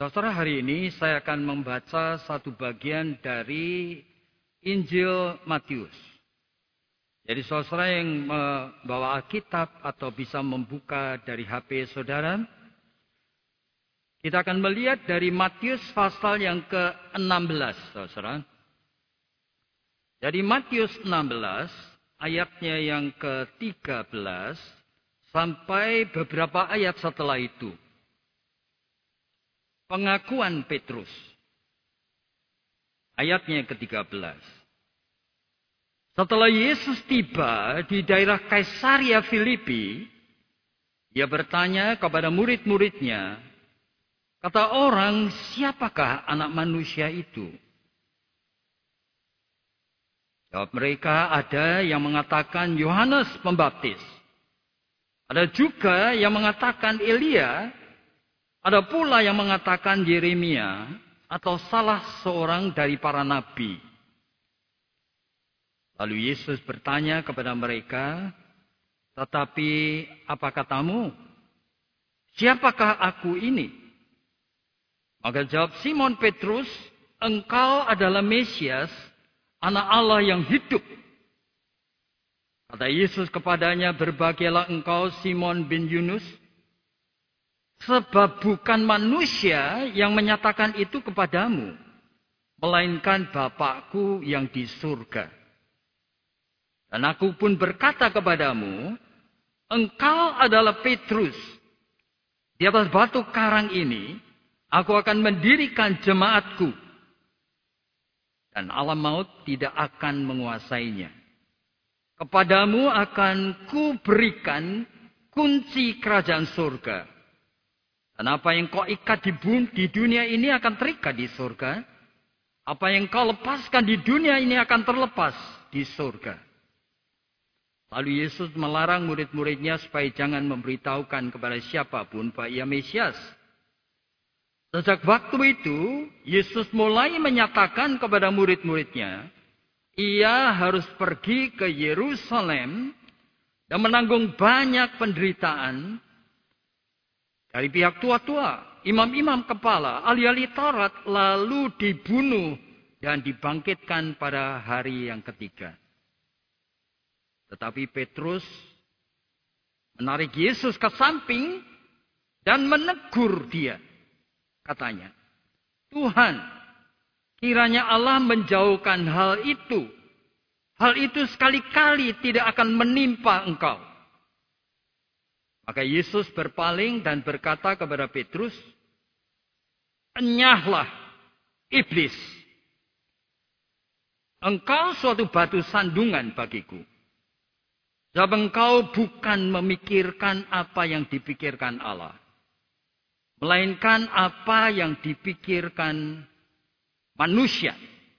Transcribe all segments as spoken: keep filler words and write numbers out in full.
Saudara, hari ini saya akan membaca satu bagian dari Injil Matius. Jadi saudara yang membawa Alkitab atau bisa membuka dari H P saudara, kita akan melihat dari Matius pasal yang ke enam belas, saudara. Jadi Matius enam belas, ayatnya yang ke tiga belas, sampai beberapa ayat setelah itu. Pengakuan Petrus. Ayatnya yang ke tiga belas. Setelah Yesus tiba di daerah Kaisaria Filipi, dia bertanya kepada murid-muridnya, kata orang, siapakah anak manusia itu? Jawab mereka, ada yang mengatakan Yohanes Pembaptis. Ada juga yang mengatakan Elia. Ada pula yang mengatakan Yeremia atau salah seorang dari para nabi. Lalu Yesus bertanya kepada mereka, tetapi apa katamu? Siapakah aku ini? Maka jawab Simon Petrus, engkau adalah Mesias, anak Allah yang hidup. Kata Yesus kepadanya, berbahagialah engkau Simon bin Yunus, sebab bukan manusia yang menyatakan itu kepadamu, melainkan Bapakku yang di surga. Dan aku pun berkata kepadamu, engkau adalah Petrus. Di atas batu karang ini, aku akan mendirikan jemaatku. Dan alam maut tidak akan menguasainya. Kepadamu akan kuberikan kunci kerajaan surga. Dan apa yang kau ikat di, di dunia ini akan terikat di surga. Apa yang kau lepaskan di dunia ini akan terlepas di surga. Lalu Yesus melarang murid-muridnya supaya jangan memberitahukan kepada siapapun bahwa ia Mesias. Sejak waktu itu, Yesus mulai menyatakan kepada murid-muridnya, ia harus pergi ke Yerusalem dan menanggung banyak penderitaan dari pihak tua-tua, imam-imam kepala, ahli-ahli Taurat, lalu dibunuh dan dibangkitkan pada hari yang ketiga. Tetapi Petrus menarik Yesus ke samping dan menegur dia. Katanya, Tuhan, kiranya Allah menjauhkan hal itu. Hal itu sekali-kali tidak akan menimpa engkau. Maka Yesus berpaling dan berkata kepada Petrus, enyahlah iblis. Engkau suatu batu sandungan bagiku. Sebab engkau bukan memikirkan apa yang dipikirkan Allah. Melainkan apa yang dipikirkan manusia.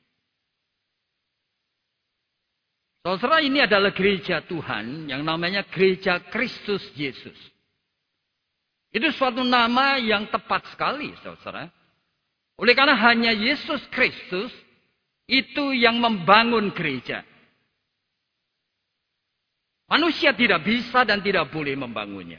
Saudara, ini adalah gereja Tuhan yang namanya Gereja Kristus Yesus. Itu suatu nama yang tepat sekali, saudara. Oleh karena hanya Yesus Kristus itu yang membangun gereja. Manusia tidak bisa dan tidak boleh membangunnya.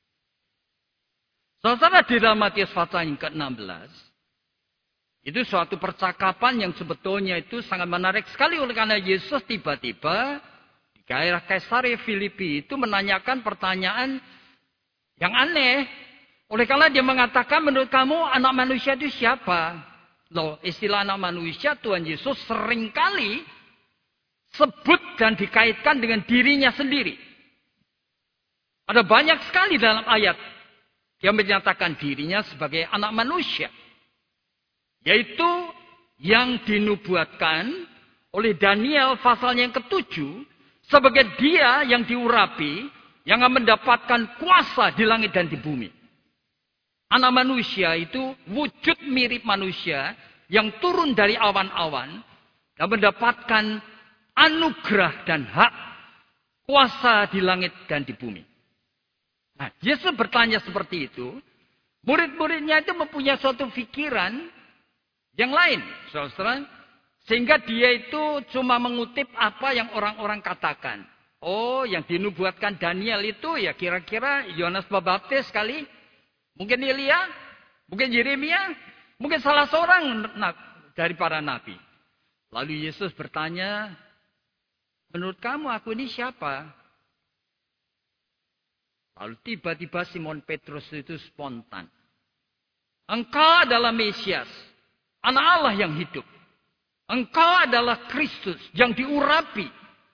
Saudara, di dalam Matius pasal yang ke enam belas, itu suatu percakapan yang sebetulnya itu sangat menarik sekali oleh karena Yesus tiba-tiba di daerah Kaisaria Filipi itu menanyakan pertanyaan yang aneh. Oleh karena dia mengatakan, menurut kamu anak manusia itu siapa? Loh, istilah anak manusia Tuhan Yesus seringkali sebut dan dikaitkan dengan dirinya sendiri. Ada banyak sekali dalam ayat yang menyatakan dirinya sebagai anak manusia. Yaitu yang dinubuatkan oleh Daniel pasal yang ketujuh. Sebagai dia yang diurapi. Yang akan mendapatkan kuasa di langit dan di bumi. Anak manusia itu wujud mirip manusia. Yang turun dari awan-awan. Dan mendapatkan anugerah dan hak. Kuasa di langit dan di bumi. Nah, Yesus bertanya seperti itu. Murid-muridnya itu mempunyai suatu pikiran yang lain, saudara, sehingga dia itu cuma mengutip apa yang orang-orang katakan. Oh, yang dinubuatkan Daniel itu ya kira-kira Yohanes Pembaptis kali, mungkin Elia, mungkin Yeremia, Mungkin salah seorang dari para nabi. Lalu Yesus bertanya, menurut kamu aku ini siapa? Lalu tiba-tiba Simon Petrus itu spontan. Engkau adalah Mesias, Anak Allah yang hidup. Engkau adalah Kristus yang diurapi.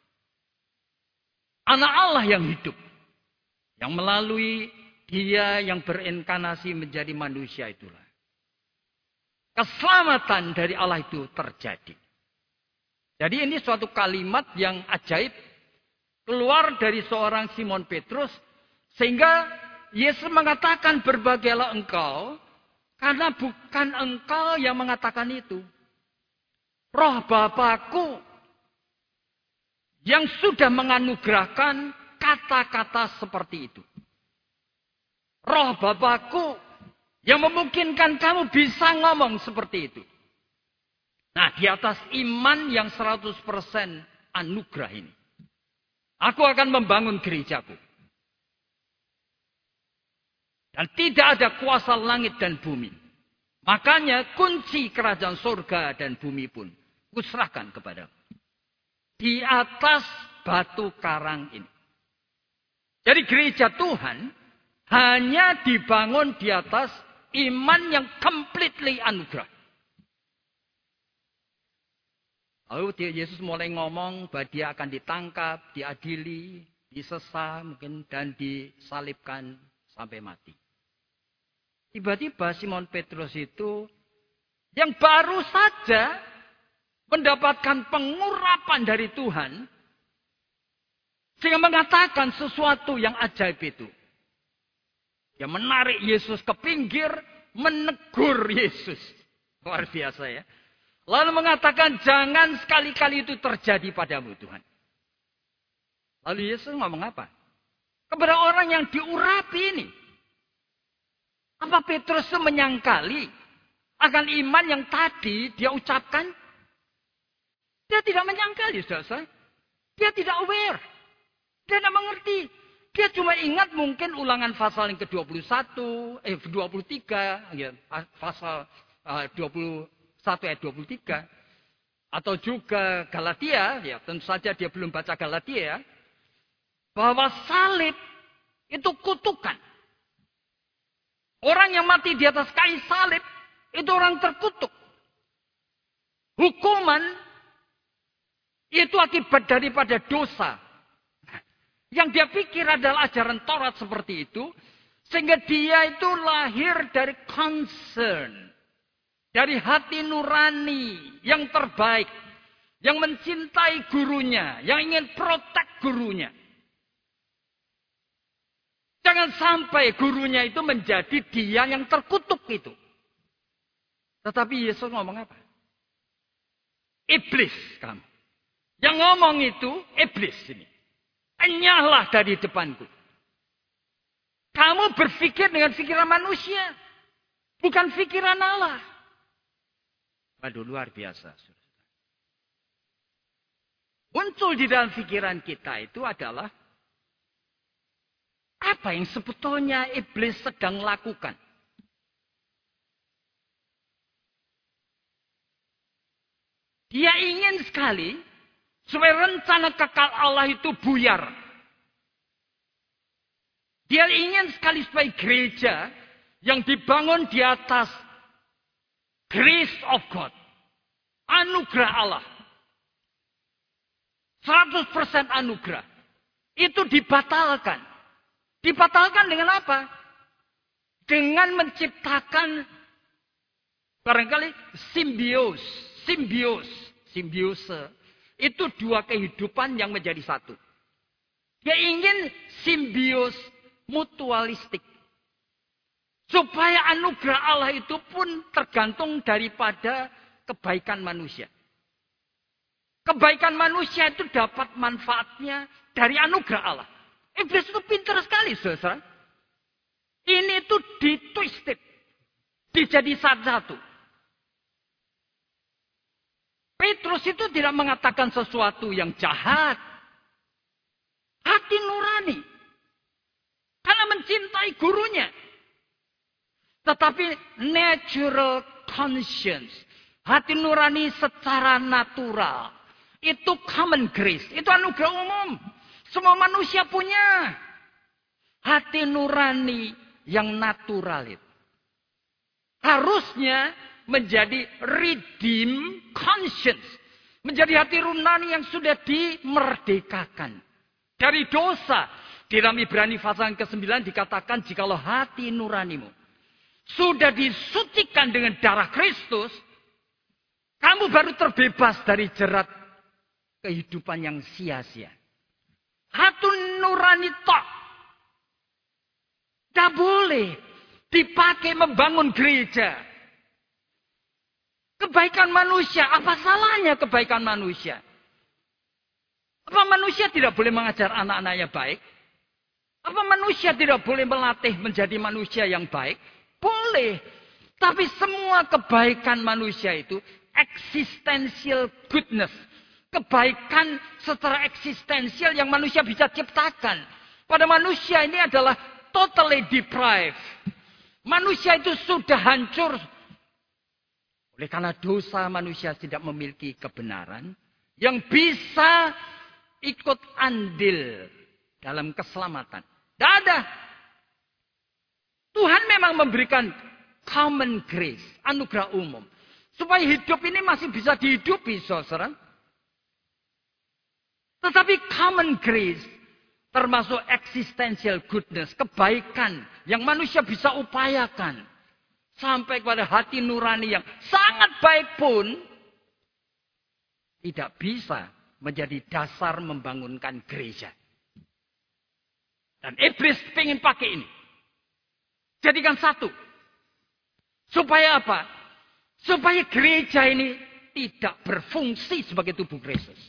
Anak Allah yang hidup. Yang melalui dia yang berinkarnasi menjadi manusia itulah. Keselamatan dari Allah itu terjadi. Jadi ini suatu kalimat yang ajaib. Keluar dari seorang Simon Petrus. Sehingga Yesus mengatakan berbahagialah engkau. Karena bukan engkau yang mengatakan itu. Roh Bapakku yang sudah menganugerahkan kata-kata seperti itu. Roh Bapakku yang memungkinkan kamu bisa ngomong seperti itu. Nah, di atas iman yang seratus persen anugerah ini. Aku akan membangun gerejaku. Dan tidak ada kuasa langit dan bumi. Makanya kunci kerajaan surga dan bumi pun kuserahkan kepadamu. Di atas batu karang ini. Jadi gereja Tuhan hanya dibangun di atas iman yang completely anugerah. Lalu Yesus mulai ngomong bahwa dia akan ditangkap, diadili, disesah mungkin dan disalibkan sampai mati. Tiba-tiba Simon Petrus itu yang baru saja mendapatkan pengurapan dari Tuhan. Sehingga mengatakan sesuatu yang ajaib itu. Dia menarik Yesus ke pinggir, menegur Yesus. Luar biasa ya. Lalu mengatakan jangan sekali-kali itu terjadi padamu Tuhan. Lalu Yesus ngomong apa? Kepada orang yang diurapi ini. Apa Petrus itu menyangkali akan iman yang tadi dia ucapkan? Dia tidak menyangkali, saudara. Dia tidak aware. Dia tidak mengerti. Dia cuma ingat mungkin ulangan pasal yang ke dua puluh satu, eh dua puluh tiga, ya, pasal uh, dua puluh satu ayat dua puluh tiga. Atau juga Galatia, ya tentu saja dia belum baca Galatia, bahwa salib itu kutukan. Orang yang mati di atas kayu salib, itu orang terkutuk. Hukuman, itu akibat daripada dosa. Yang dia pikir adalah ajaran Taurat seperti itu. Sehingga dia itu lahir dari concern. Dari hati nurani yang terbaik. Yang mencintai gurunya. Yang ingin protek gurunya. Jangan sampai gurunya itu menjadi dia yang terkutuk itu. Tetapi Yesus ngomong apa? Iblis kamu. Yang ngomong itu iblis ini. Enyahlah dari depanku. Kamu berpikir dengan pikiran manusia. Bukan pikiran Allah. Waduh luar biasa. Muncul di dalam pikiran kita itu adalah apa yang sebetulnya iblis sedang lakukan? Dia ingin sekali supaya rencana kekal Allah itu buyar. Dia ingin sekali supaya gereja yang dibangun di atas grace of God. Anugerah Allah. seratus persen anugerah. Itu dibatalkan. Dibatalkan dengan apa? Dengan menciptakan barangkali simbios, simbios, simbiose. Itu dua kehidupan yang menjadi satu. Dia ingin simbios mutualistik. Supaya anugerah Allah itu pun tergantung daripada kebaikan manusia. Kebaikan manusia itu dapat manfaatnya dari anugerah Allah. Iblis itu pintar sekali, saudara. Ini tuh ditwisted. Dijadi satu-satu. Petrus itu tidak mengatakan sesuatu yang jahat. Hati nurani. Karena mencintai gurunya. Tetapi natural conscience. Hati nurani secara natural. Itu common grace. Itu anugerah umum. Semua manusia punya. Hati nurani yang natural itu. Harusnya menjadi redeem conscience. Menjadi hati nurani yang sudah dimerdekakan. Dari dosa. Di dalam Ibrani pasal yang kesembilan dikatakan jikalau hati nuranimu sudah disucikan dengan darah Kristus, kamu baru terbebas dari jerat kehidupan yang sia-sia. Hati nurani tok. Tidak boleh dipakai membangun gereja. Kebaikan manusia, apa salahnya kebaikan manusia? Apa manusia tidak boleh mengajar anak-anaknya baik? Apa manusia tidak boleh melatih menjadi manusia yang baik? Boleh. Tapi semua kebaikan manusia itu existential goodness. Kebaikan secara eksistensial yang manusia bisa ciptakan. Pada manusia ini adalah totally deprived. Manusia itu sudah hancur. Oleh karena dosa manusia tidak memiliki kebenaran. Yang bisa ikut andil dalam keselamatan. Tidak ada. Tuhan memang memberikan common grace. Anugerah umum. Supaya hidup ini masih bisa dihidupi, saudara. Tetapi common grace. Termasuk existential goodness. Kebaikan yang manusia bisa upayakan. Sampai kepada hati nurani yang sangat baik pun. Tidak bisa menjadi dasar membangunkan gereja. Dan iblis ingin pakai ini. Jadikan satu. Supaya apa? Supaya gereja ini tidak berfungsi sebagai tubuh Kristus.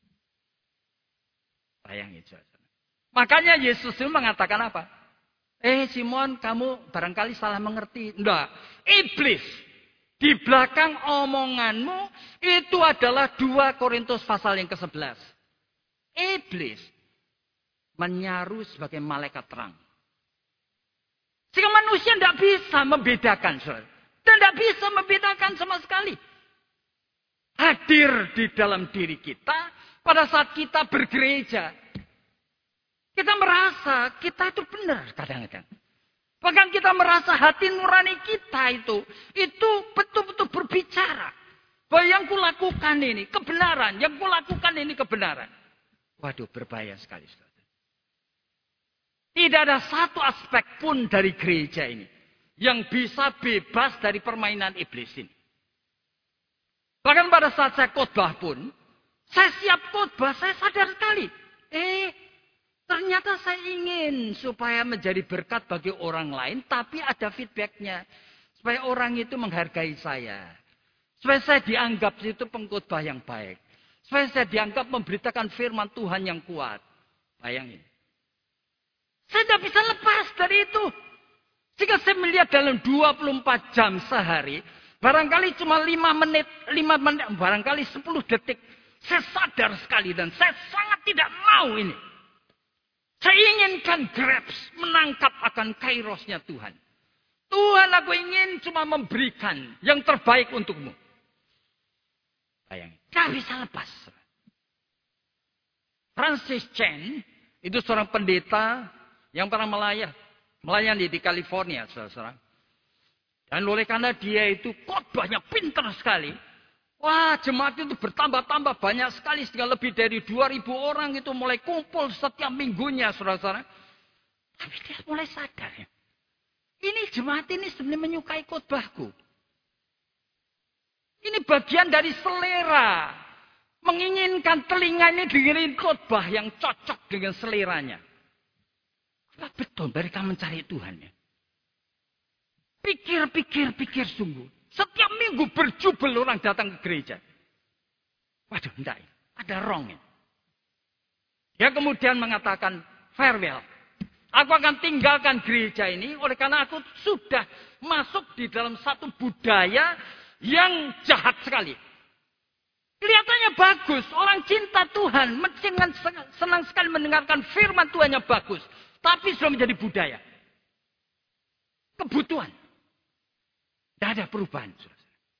Bayangin saja. Makanya Yesus itu mengatakan apa? Eh Simon, kamu barangkali salah mengerti. Enggak. Iblis. Di belakang omonganmu itu adalah dua Korintus pasal yang kesebelas. Iblis menyaru sebagai malaikat terang. Sehingga manusia tidak bisa membedakan. Dan tidak bisa membedakan sama sekali. Hadir di dalam diri kita pada saat kita bergereja. Kita merasa kita itu benar kadang-kadang. Bahkan kita merasa hati nurani kita itu. Itu betul-betul berbicara. Bahwa yang kulakukan ini kebenaran. Yang kulakukan ini kebenaran. Waduh, berbahaya sekali. Tidak ada satu aspek pun dari gereja ini. Yang bisa bebas dari permainan iblis ini. Bahkan pada saat saya khotbah pun. Saya siap khotbah, saya sadar sekali. Eh, ternyata saya ingin supaya menjadi berkat bagi orang lain. Tapi ada feedbacknya. Supaya orang itu menghargai saya. Supaya saya dianggap itu pengkhotbah yang baik. Supaya saya dianggap memberitakan firman Tuhan yang kuat. Bayangin. Saya tidak bisa lepas dari itu. Jika saya melihat dalam dua puluh empat jam sehari. Barangkali cuma lima menit. lima menit. Barangkali sepuluh detik. Saya sadar sekali. Dan saya sangat tidak mau ini. Saya inginkan grabs. Menangkap akan kairosnya Tuhan. Tuhan, aku ingin cuma memberikan yang terbaik untukmu. Bayangin. Tidak bisa lepas. Francis Chan. Itu seorang pendeta yang pernah melayani, melayani di California, saudara-saudara. Dan oleh karena dia itu khotbahnya pintar sekali. Wah, jemaat itu bertambah-tambah banyak sekali. Sehingga lebih dari dua ribu orang itu mulai kumpul setiap minggunya, saudara-saudara. Tapi dia mulai sadar. Ya. Ini jemaat ini sebenarnya menyukai khotbahku. Ini bagian dari selera. Menginginkan telinga ini dengerin khotbah yang cocok dengan seleranya. Apa betul mereka mencari Tuhan ya? Pikir, pikir, pikir sungguh. Setiap minggu berjubel orang datang ke gereja. Waduh, enggak. Ada wrong ya. Dia kemudian mengatakan, farewell. Aku akan tinggalkan gereja ini. Oleh karena aku sudah masuk di dalam satu budaya yang jahat sekali. Kelihatannya bagus. Orang cinta Tuhan. Senang sekali mendengarkan firman Tuhan yang bagus. Tapi sudah menjadi budaya. Kebutuhan. Tidak ada perubahan.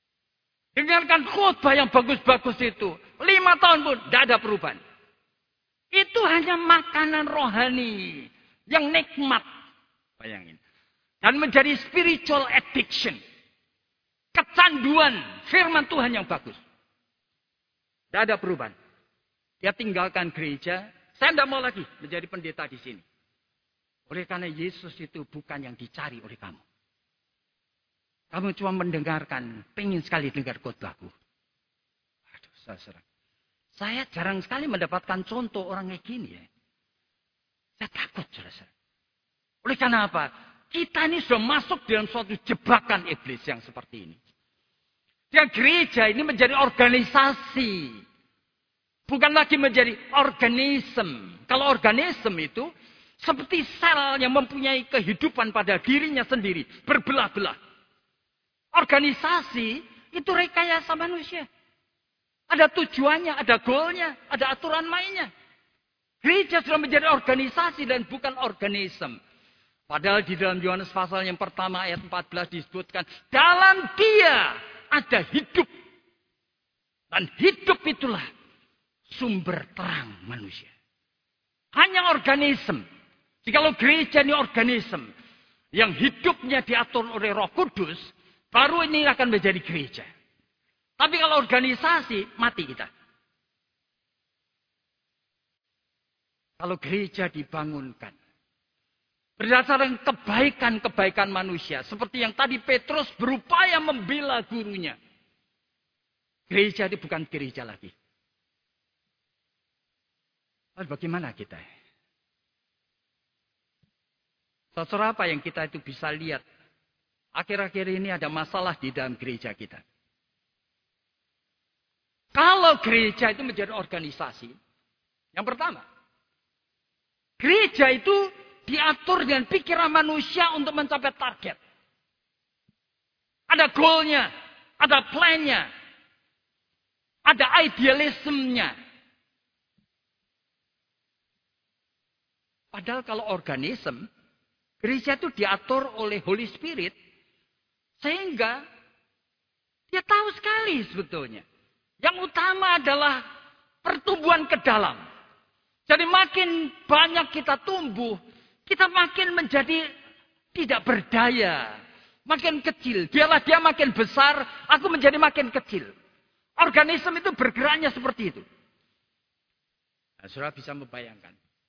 Dengarkan khotbah yang bagus-bagus itu. Lima tahun pun tidak ada perubahan. Itu hanya makanan rohani yang nikmat. Bayangin. Dan menjadi spiritual addiction. Kecanduan firman Tuhan yang bagus. Tidak ada perubahan. Dia tinggalkan gereja. Saya tidak mau lagi menjadi pendeta di sini. Oleh karena Yesus itu bukan yang dicari oleh kamu. Kamu cuma mendengarkan. Pengen sekali dengar khotbahku. Aduh, saya serang. Saya jarang sekali mendapatkan contoh orang kayak gini ya. Saya takut, saudara. Oleh karena apa? Kita ini sudah masuk dalam suatu jebakan iblis yang seperti ini. Yang gereja ini menjadi organisasi. Bukan lagi menjadi organisme. Kalau organisme itu seperti sel yang mempunyai kehidupan pada dirinya sendiri. Berbelah-belah. Organisasi itu rekayasa manusia. Ada tujuannya, ada goalnya, ada aturan mainnya. Gereja sudah menjadi organisasi dan bukan organisme. Padahal di dalam Yohanes pasal yang pertama ayat empat belas disebutkan. Dalam dia ada hidup. Dan hidup itulah sumber terang manusia. Hanya organisme. Jikalau gereja ini organisme. Yang hidupnya diatur oleh Roh Kudus. Baru ini akan menjadi gereja. Tapi kalau organisasi, mati kita. Kalau gereja dibangunkan. Berdasarkan kebaikan-kebaikan manusia. Seperti yang tadi Petrus berupaya membela gurunya. Gereja itu bukan gereja lagi. Lalu bagaimana kita? Saudara, apa yang kita itu bisa lihat? Akhir-akhir ini ada masalah di dalam gereja kita. Kalau gereja itu menjadi organisasi. Yang pertama. Gereja itu diatur dengan pikiran manusia untuk mencapai target. Ada goalnya. Ada plannya. Ada idealismenya. Padahal kalau organisme. Gereja itu diatur oleh Holy Spirit. Sehingga dia tahu sekali sebetulnya. Yang utama adalah pertumbuhan ke dalam. Jadi makin banyak kita tumbuh, kita makin menjadi tidak berdaya. Makin kecil. Biarlah dia makin besar, aku menjadi makin kecil. Organisme itu bergeraknya seperti itu. Nah, saudara bisa membayangkan.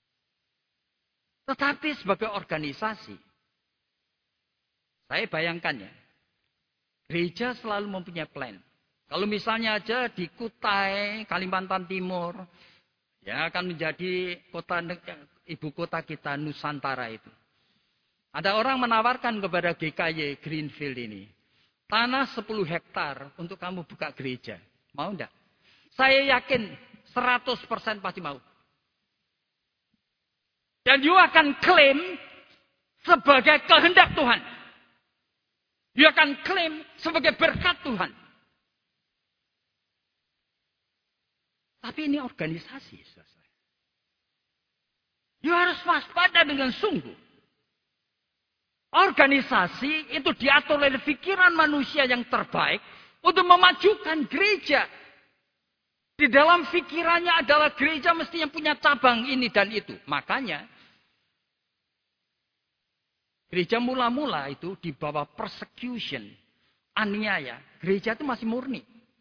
Tetapi sebagai organisasi, saya bayangkan ya, gereja selalu mempunyai plan. Kalau misalnya aja di Kutai, Kalimantan Timur, ya akan menjadi kota ibu kota kita Nusantara itu. Ada orang menawarkan kepada G K Y Greenfield ini, tanah sepuluh hektar untuk kamu buka gereja. Mau enggak? Saya yakin seratus persen pasti mau. Dan you akan klaim sebagai kehendak Tuhan. You akan klaim sebagai berkat Tuhan. Tapi ini organisasi. You harus waspada dengan sungguh. Organisasi itu diatur oleh pikiran manusia yang terbaik untuk memajukan gereja. Di dalam pikirannya adalah gereja mestinya punya cabang ini dan itu. Makanya gereja mula-mula itu di bawah persecution, aniaya. Gereja itu masih murni.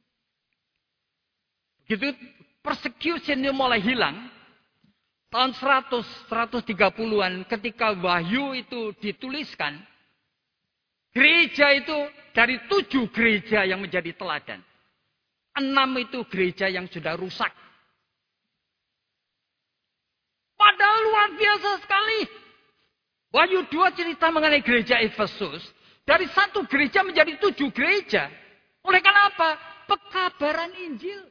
Begitu persecution itu mulai hilang. Tahun seratus, seratus tiga puluhan ketika Wahyu itu dituliskan. Gereja itu dari tujuh gereja yang menjadi teladan. Enam itu gereja yang sudah rusak. Padahal luar biasa sekali. Wahyu dua cerita mengenai gereja Efesus. Dari satu gereja menjadi tujuh gereja. Oleh karena apa? Pekabaran Injil.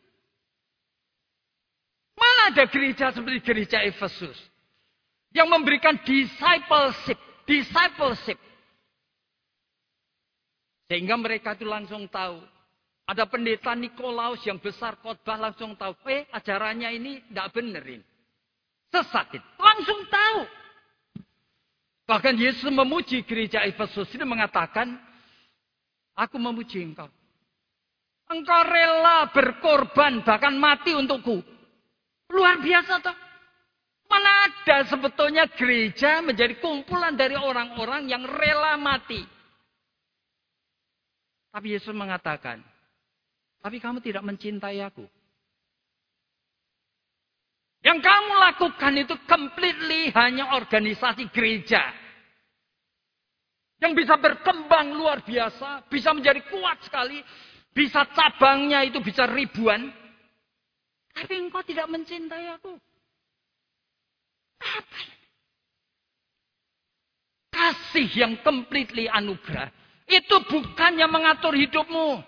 Mana ada gereja seperti gereja Efesus. Yang memberikan discipleship. Discipleship. Sehingga mereka itu langsung tahu. Ada pendeta Nikolaus yang besar khotbah langsung tahu. Eh ajarannya ini tidak benerin. Sesat itu. Langsung tahu. Bahkan Yesus memuji gereja Efesus ini mengatakan. Aku memuji engkau. Engkau rela berkorban, bahkan mati untukku. Luar biasa toh. Mana ada sebetulnya gereja menjadi kumpulan dari orang-orang yang rela mati. Tapi Yesus mengatakan, tapi kamu tidak mencintai aku. Yang kamu lakukan itu completely hanya organisasi gereja. Yang bisa berkembang luar biasa, bisa menjadi kuat sekali, bisa cabangnya itu bisa ribuan. Tapi engkau tidak mencintai aku. Apa ini? Kasih yang completely anugerah. Itu bukannya mengatur hidupmu.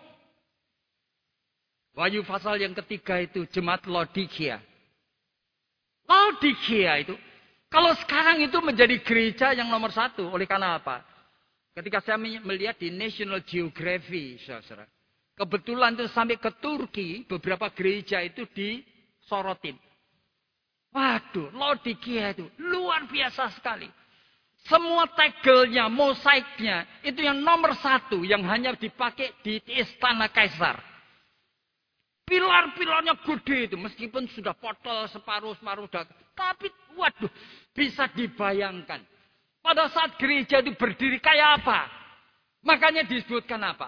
Wahyu pasal yang ketiga itu jemaat Laodikia. Laodikia itu. Kalau sekarang itu menjadi gereja yang nomor satu. Oleh karena apa? Ketika saya melihat di National Geography. Saudara, kebetulan itu sampai ke Turki. Beberapa gereja itu disorotin. Waduh, Laodikia itu luar biasa sekali. Semua tegelnya, mosaiknya, itu yang nomor satu yang hanya dipakai di istana kaisar. Pilar-pilarnya gede itu, meskipun sudah potol separuh-separuh, tapi waduh, bisa dibayangkan. Pada saat gereja itu berdiri kayak apa? Makanya disebutkan apa?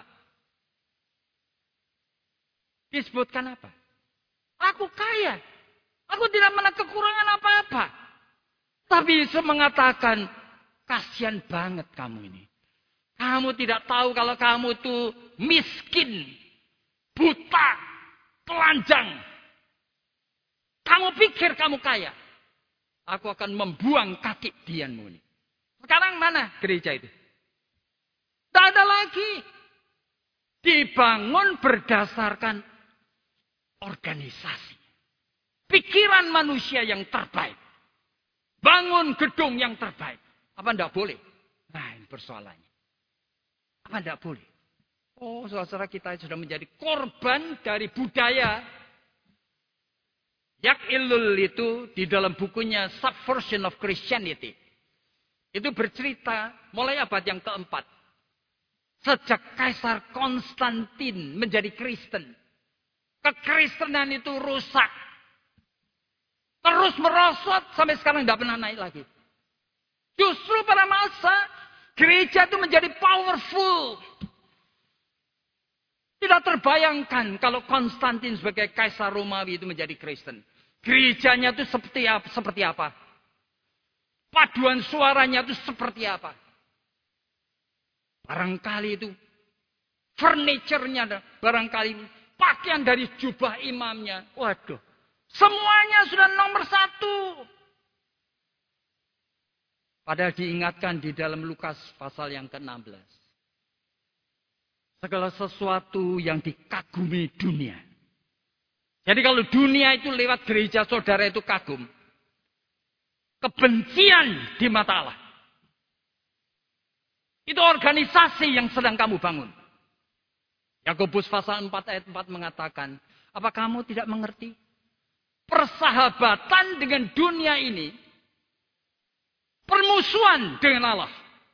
Disebutkan apa? Aku kaya. Aku tidak pernah kekurangan apa-apa. Tapi Yesus mengatakan, kasihan banget kamu ini. Kamu tidak tahu kalau kamu itu miskin, buta, telanjang. Kamu pikir kamu kaya. Aku akan membuang kaki dianmu ini. Sekarang mana gereja itu? Tidak ada lagi. Dibangun berdasarkan organisasi. Pikiran manusia yang terbaik. Bangun gedung yang terbaik. Apa tidak boleh? Nah, ini persoalannya. Apa tidak boleh? Oh, saudara kita sudah menjadi korban dari budaya. Yak Ilul itu di dalam bukunya Subversion of Christianity. Itu bercerita mulai abad yang keempat. Sejak Kaisar Konstantin menjadi Kristen. Kekristenan itu rusak. Terus merosot sampai sekarang tidak pernah naik lagi. Justru pada masa gereja itu menjadi powerful. Tidak terbayangkan kalau Konstantin sebagai Kaisar Romawi itu menjadi Kristen. Gerejanya itu seperti apa? Seperti apa? Paduan suaranya itu seperti apa? Barangkali itu furniture-nya, barangkali pakaian dari jubah imamnya. Waduh. Semuanya sudah nomor satu. Padahal diingatkan di dalam Lukas pasal yang ke enam belas. Segala sesuatu yang dikagumi dunia. Jadi kalau dunia itu lewat gereja saudara itu kagum. Kebencian di mata Allah. Itu organisasi yang sedang kamu bangun. Yakobus pasal empat ayat empat mengatakan. Apa kamu tidak mengerti? Persahabatan dengan dunia ini. Permusuhan dengan Allah.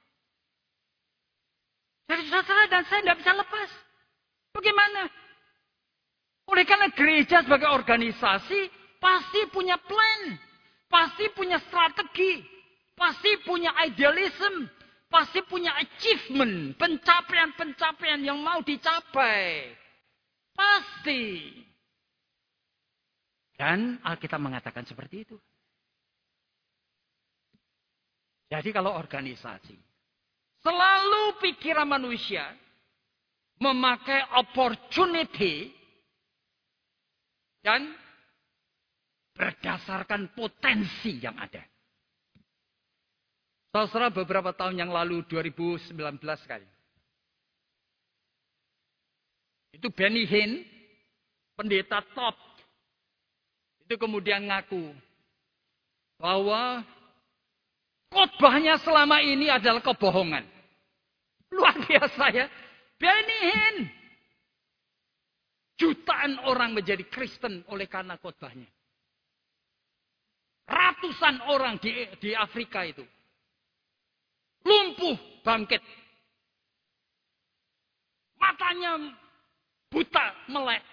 Jadi saudara dan saya tidak bisa lepas. Bagaimana? Oleh karena gereja sebagai organisasi pasti punya plan. Pasti punya strategi. Pasti punya idealism. Pasti punya achievement. Pencapaian-pencapaian yang mau dicapai. Pasti. Dan Alkitab mengatakan seperti itu. Jadi kalau organisasi. Selalu pikiran manusia. Memakai opportunity. Dan berdasarkan potensi yang ada. Saudara beberapa tahun yang lalu. dua ribu sembilan belas kali. Itu Benny Hinn. Pendeta top. Itu kemudian ngaku bahwa khotbahnya selama ini adalah kebohongan. Luar biasa ya. Benny Hinn. Jutaan orang menjadi Kristen oleh karena khotbahnya. Ratusan orang di, di Afrika itu. Lumpuh bangkit. Matanya buta, melek.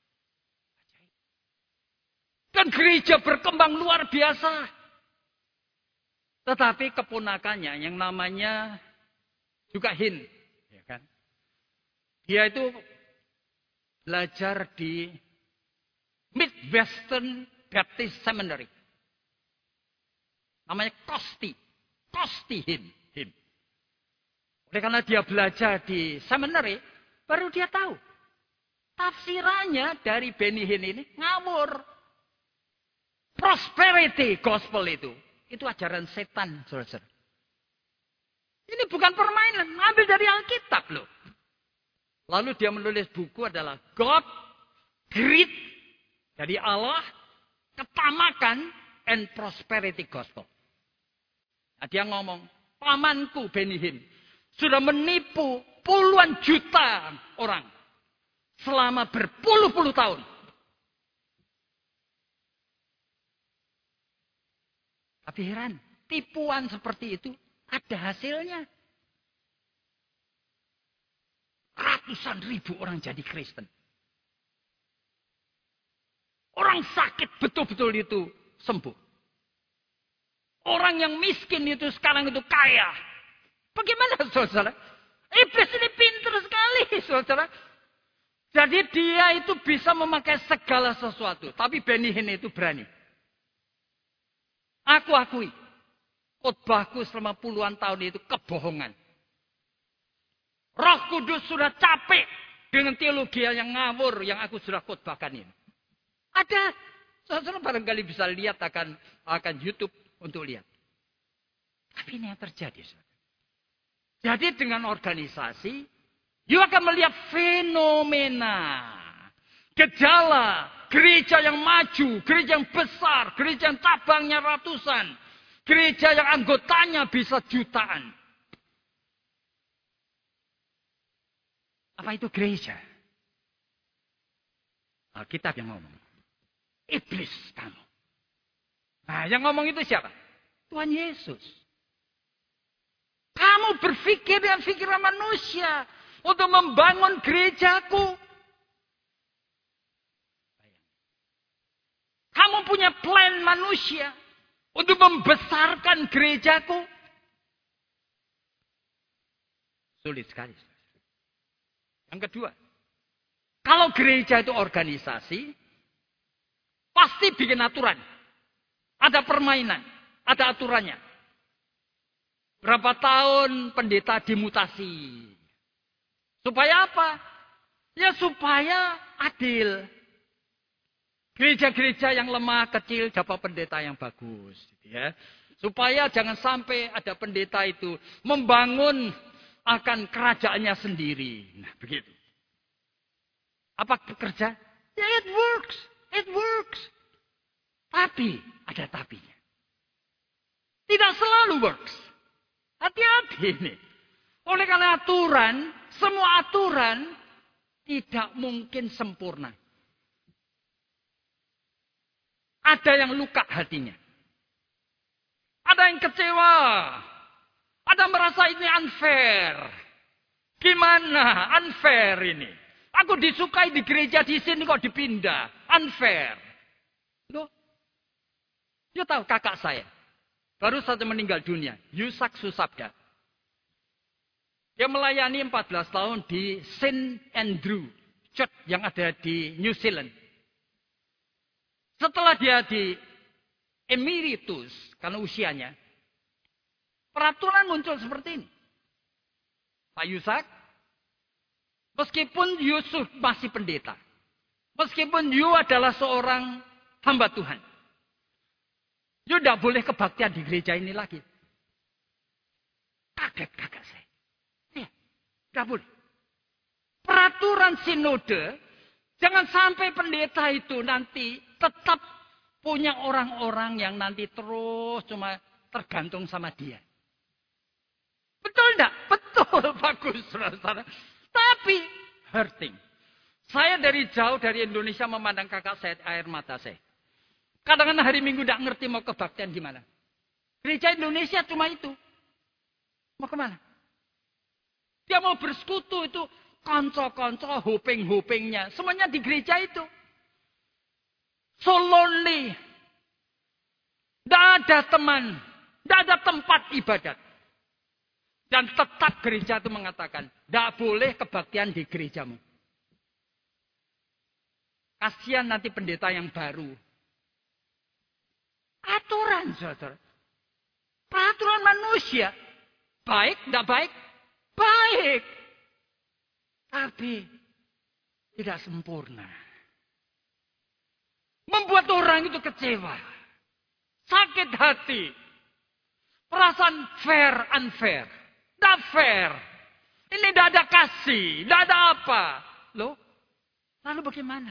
Dan gereja berkembang luar biasa. Tetapi keponakannya yang namanya juga Hin. Ya kan? Dia itu belajar di Midwestern Baptist Seminary. Namanya Kosti. Kosti Hin. Hin. Oleh karena dia belajar di seminary, baru dia tahu. Tafsirannya dari Benny Hinn ini ngawur. Prosperity gospel itu. Itu ajaran setan, saudara. Ini bukan permainan. Ambil dari Alkitab loh. Lalu dia menulis buku adalah God, Greed, dari Allah, ketamakan, and prosperity gospel. Nah, dia ngomong, pamanku Benny Hinn sudah menipu puluhan juta orang selama berpuluh-puluh tahun. Tapi heran, tipuan seperti itu ada hasilnya. Ratusan ribu orang jadi Kristen. Orang sakit betul-betul itu sembuh. Orang yang miskin itu sekarang itu kaya. Bagaimana saudara? Iblis ini pintar sekali saudara. Jadi dia itu bisa memakai segala sesuatu. Tapi Benny Hinn itu berani. Aku akui, khotbahku selama puluhan tahun itu kebohongan. Roh Kudus sudah capek dengan teologi yang ngawur yang aku sudah khotbahkan ini. Ada, saudara barangkali bisa lihat akan akan YouTube untuk lihat. Tapi ini yang terjadi. Saudara. Jadi dengan organisasi, you akan melihat fenomena, gejala. Gereja yang maju, gereja yang besar, gereja yang cabangnya ratusan. Gereja yang anggotanya bisa jutaan. Apa itu gereja? Alkitab yang ngomong. Iblis kamu. Nah yang ngomong itu siapa? Tuhan Yesus. Kamu berpikir dengan pikiran manusia untuk membangun gerejaku. Kamu punya plan manusia untuk membesarkan gerejaku. Sulit sekali. Yang kedua, kalau gereja itu organisasi, pasti bikin aturan. Ada permainan, ada aturannya. Berapa tahun pendeta dimutasi. Supaya apa? Ya supaya adil. Gereja-gereja yang lemah, kecil, dapat pendeta yang bagus. Ya. Supaya jangan sampai ada pendeta itu membangun akan kerajaannya sendiri. Nah, begitu. Apa bekerja? Ya, it works. It works. Tapi, ada tapinya. Tidak selalu works. Hati-hati ini. Oleh karena aturan, semua aturan tidak mungkin sempurna. Ada yang luka hatinya. Ada yang kecewa. Ada merasa ini unfair. Gimana unfair ini? Aku disukai di gereja di sini kok dipindah. Unfair. Loh. Dia tahu kakak saya. Baru saja meninggal dunia. Yusak Susabda. Dia melayani empat belas tahun di Saint Andrew Church yang ada di New Zealand. Setelah dia di emeritus, karena usianya, peraturan muncul seperti ini. Pak Yusak, meskipun Yusuf masih pendeta, meskipun you adalah seorang hamba Tuhan, you tidak boleh kebaktian di gereja ini lagi. Kaget kakak saya. Ya, tidak boleh. Peraturan sinode, jangan sampai pendeta itu nanti tetap punya orang-orang yang nanti terus cuma tergantung sama dia. Betul enggak? Betul, bagus, saudara-saudara. Tapi hurting. Saya dari jauh dari Indonesia memandang kakak saya, air mata saya. Kadang-kadang hari Minggu enggak ngerti mau kebaktian gimana. Gereja Indonesia cuma itu. Mau kemana? Dia mau bersekutu itu konco-konco, hoping-hopingnya. Semuanya di gereja itu. So lonely. Tidak ada teman. Tidak ada tempat ibadat. Dan tetap gereja itu mengatakan, tidak boleh kebaktian di gerejamu. Kasihan nanti pendeta yang baru. Aturan, saudara. Peraturan manusia. Baik, tidak baik? Baik. Tapi tidak sempurna. Membuat orang itu kecewa. Sakit hati. Perasaan fair, unfair. Tidak fair. Ini tidak ada kasih. Tidak ada apa. Loh? Lalu bagaimana?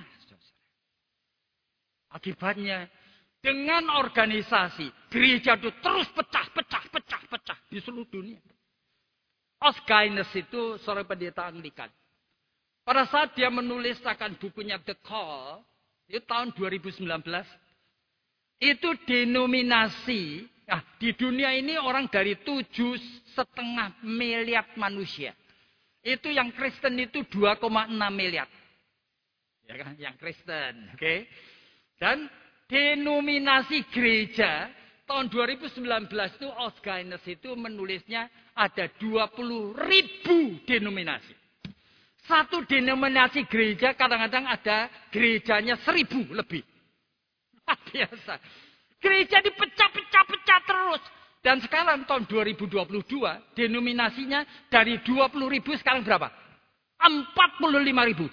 Akibatnya, dengan organisasi, gereja itu terus pecah, pecah, pecah, pecah di seluruh dunia. Os Guinness itu seorang pendeta Anglikan. Pada saat dia menulis akan bukunya The Call, itu tahun dua ribu sembilan belas, itu denominasi, nah, di dunia ini orang dari tujuh setengah miliar manusia. Itu yang Kristen itu dua koma enam miliar. Ya kan, yang Kristen, oke? Okay? Dan denominasi gereja tahun dua ribu sembilan belas itu Os Guinness itu menulisnya ada dua puluh ribu denominasi. Satu denominasi gereja kadang-kadang ada gerejanya seribu lebih. Luar biasa. Gereja dipecah-pecah-pecah terus. Dan sekarang tahun dua ribu dua puluh dua denominasinya dari dua puluh ribu sekarang berapa? empat puluh lima ribu.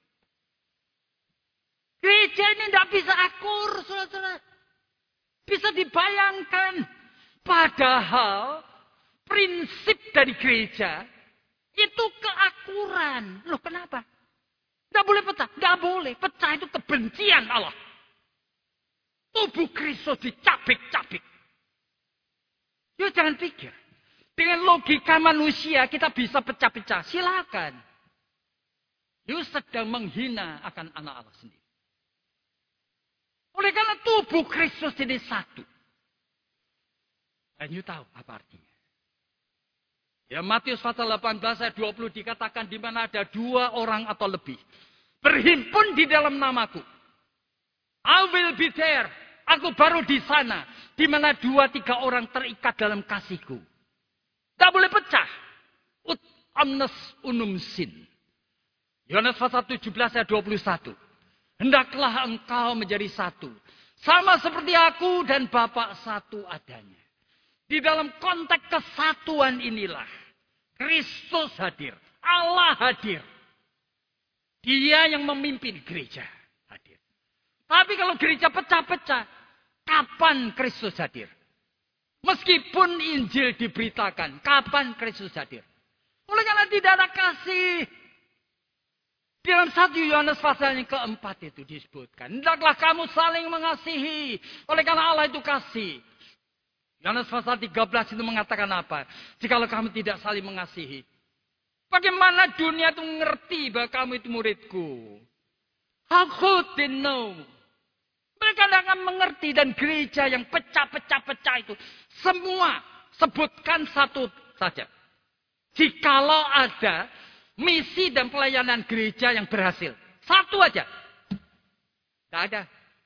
Gereja ini tidak bisa akur, saudara. Bisa dibayangkan. Padahal prinsip dari gereja itu keakuran. Loh kenapa? Tidak boleh pecah. Tidak boleh. Pecah itu kebencian Allah. Tubuh Kristus dicabik-cabik. Yuk jangan pikir. Dengan logika manusia kita bisa pecah-pecah. Silakan. Yuk sedang menghina akan anak Allah sendiri. Oleh karena tubuh Kristus ini satu. Dan you tahu apa artinya. Ya Matius pasal delapan belas ayat dua puluh dikatakan di mana ada dua orang atau lebih. Berhimpun di dalam namaku. I will be there. Aku baru di sana. Di mana dua tiga orang terikat dalam kasihku. Tak boleh pecah. Ut omnes unum sin. Yohanes pasal tujuh belas ayat dua puluh satu. Hendaklah engkau menjadi satu. Sama seperti aku dan Bapa satu adanya. Di dalam konteks kesatuan inilah. Kristus hadir. Allah hadir. Dia yang memimpin gereja hadir. Tapi kalau gereja pecah-pecah. Kapan Kristus hadir? Meskipun Injil diberitakan. Kapan Kristus hadir? Oleh karena tidak ada kasih. Dalam satu Yohanes pasal yang keempat itu disebutkan. Hendaklah kamu saling mengasihi. Oleh karena Allah itu kasih. Yohanes pasal tiga belas itu mengatakan apa? Jikalau kamu tidak saling mengasihi. Bagaimana dunia itu mengerti bahwa kamu itu muridku? How could they know? Mereka tidak akan mengerti. Dan gereja yang pecah-pecah-pecah itu. Semua sebutkan satu saja. Jikalau ada misi dan pelayanan gereja yang berhasil. Satu aja. Tidak ada.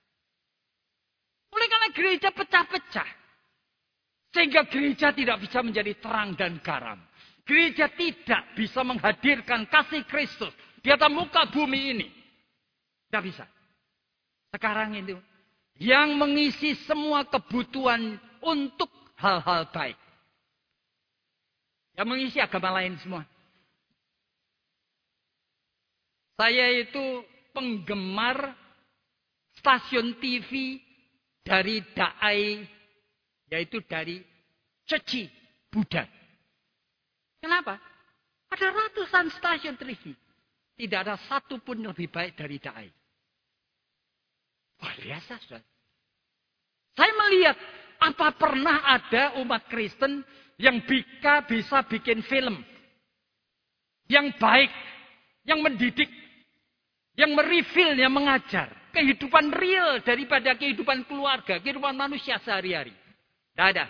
Oleh karena gereja pecah-pecah. Sehingga gereja tidak bisa menjadi terang dan garam. Gereja tidak bisa menghadirkan kasih Kristus di atas muka bumi ini. Tidak bisa. Sekarang itu. Yang mengisi semua kebutuhan untuk hal-hal baik. Yang mengisi agama lain semua. Saya itu penggemar stasiun T V dari Daai, yaitu dari Ceci Buddha. Kenapa? Ada ratusan stasiun T V. Tidak ada satu pun lebih baik dari Daai. Wah biasa, saudara. Saya melihat apa pernah ada umat Kristen yang bisa, bisa bikin film. Yang baik, yang mendidik, yang mereveal, yang mengajar. Kehidupan real daripada kehidupan keluarga, kehidupan manusia sehari-hari. Tidak ada.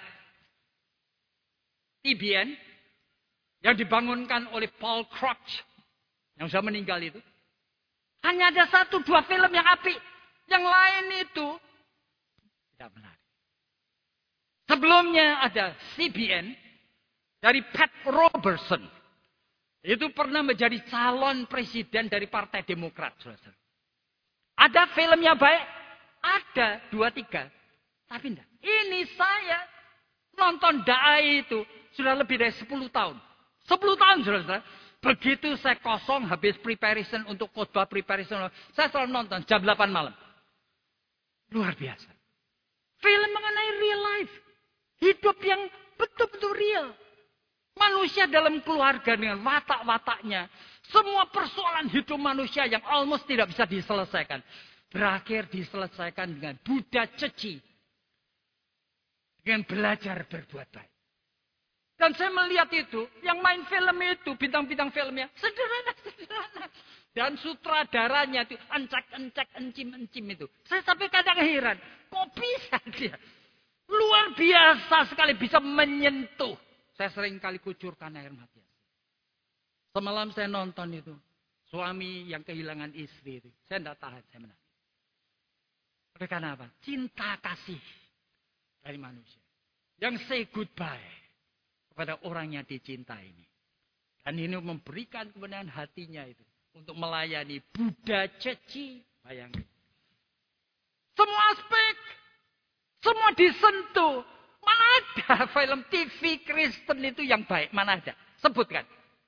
T B N yang dibangunkan oleh Paul Crouch Yang sudah meninggal itu. Hanya ada satu dua film yang apik. Yang lain itu tidak menarik. Sebelumnya ada C B N dari Pat Robertson. Itu pernah menjadi calon presiden dari Partai Demokrat. Saudara. Ada filmnya baik? Ada dua tiga. Tapi enggak. Ini saya nonton Dai itu sudah lebih dari sepuluh tahun. sepuluh tahun saudara. Begitu saya kosong habis preparation untuk khotbah preparation. Saya selalu nonton jam delapan malam. Luar biasa. Film mengenai real life. Hidup yang betul-betul real. Manusia dalam keluarga dengan watak-wataknya. Semua persoalan hidup manusia yang almost tidak bisa diselesaikan. Berakhir diselesaikan dengan Buddha ceci. Dengan belajar berbuat baik. Dan saya melihat itu, yang main film itu, bintang-bintang filmnya, sederhana-sederhana. Dan sutradaranya itu, encak-encak, encim-encim itu. Saya sampai kadang heran, kok bisa dia? Luar biasa sekali bisa menyentuh. Saya sering kali kucurkan air mata. Semalam saya nonton itu. Suami yang kehilangan istri itu. Saya tidak tahan, saya menangis. Oleh karena apa? Cinta kasih dari manusia. Yang say goodbye kepada orang yang dicintai ini. Dan ini memberikan kebenaran hatinya itu. Untuk melayani Buddha ceci. Bayangkan. Semua aspek. Semua disentuh. Mana ada film T V Kristen itu yang baik? Mana ada? Sebutkan.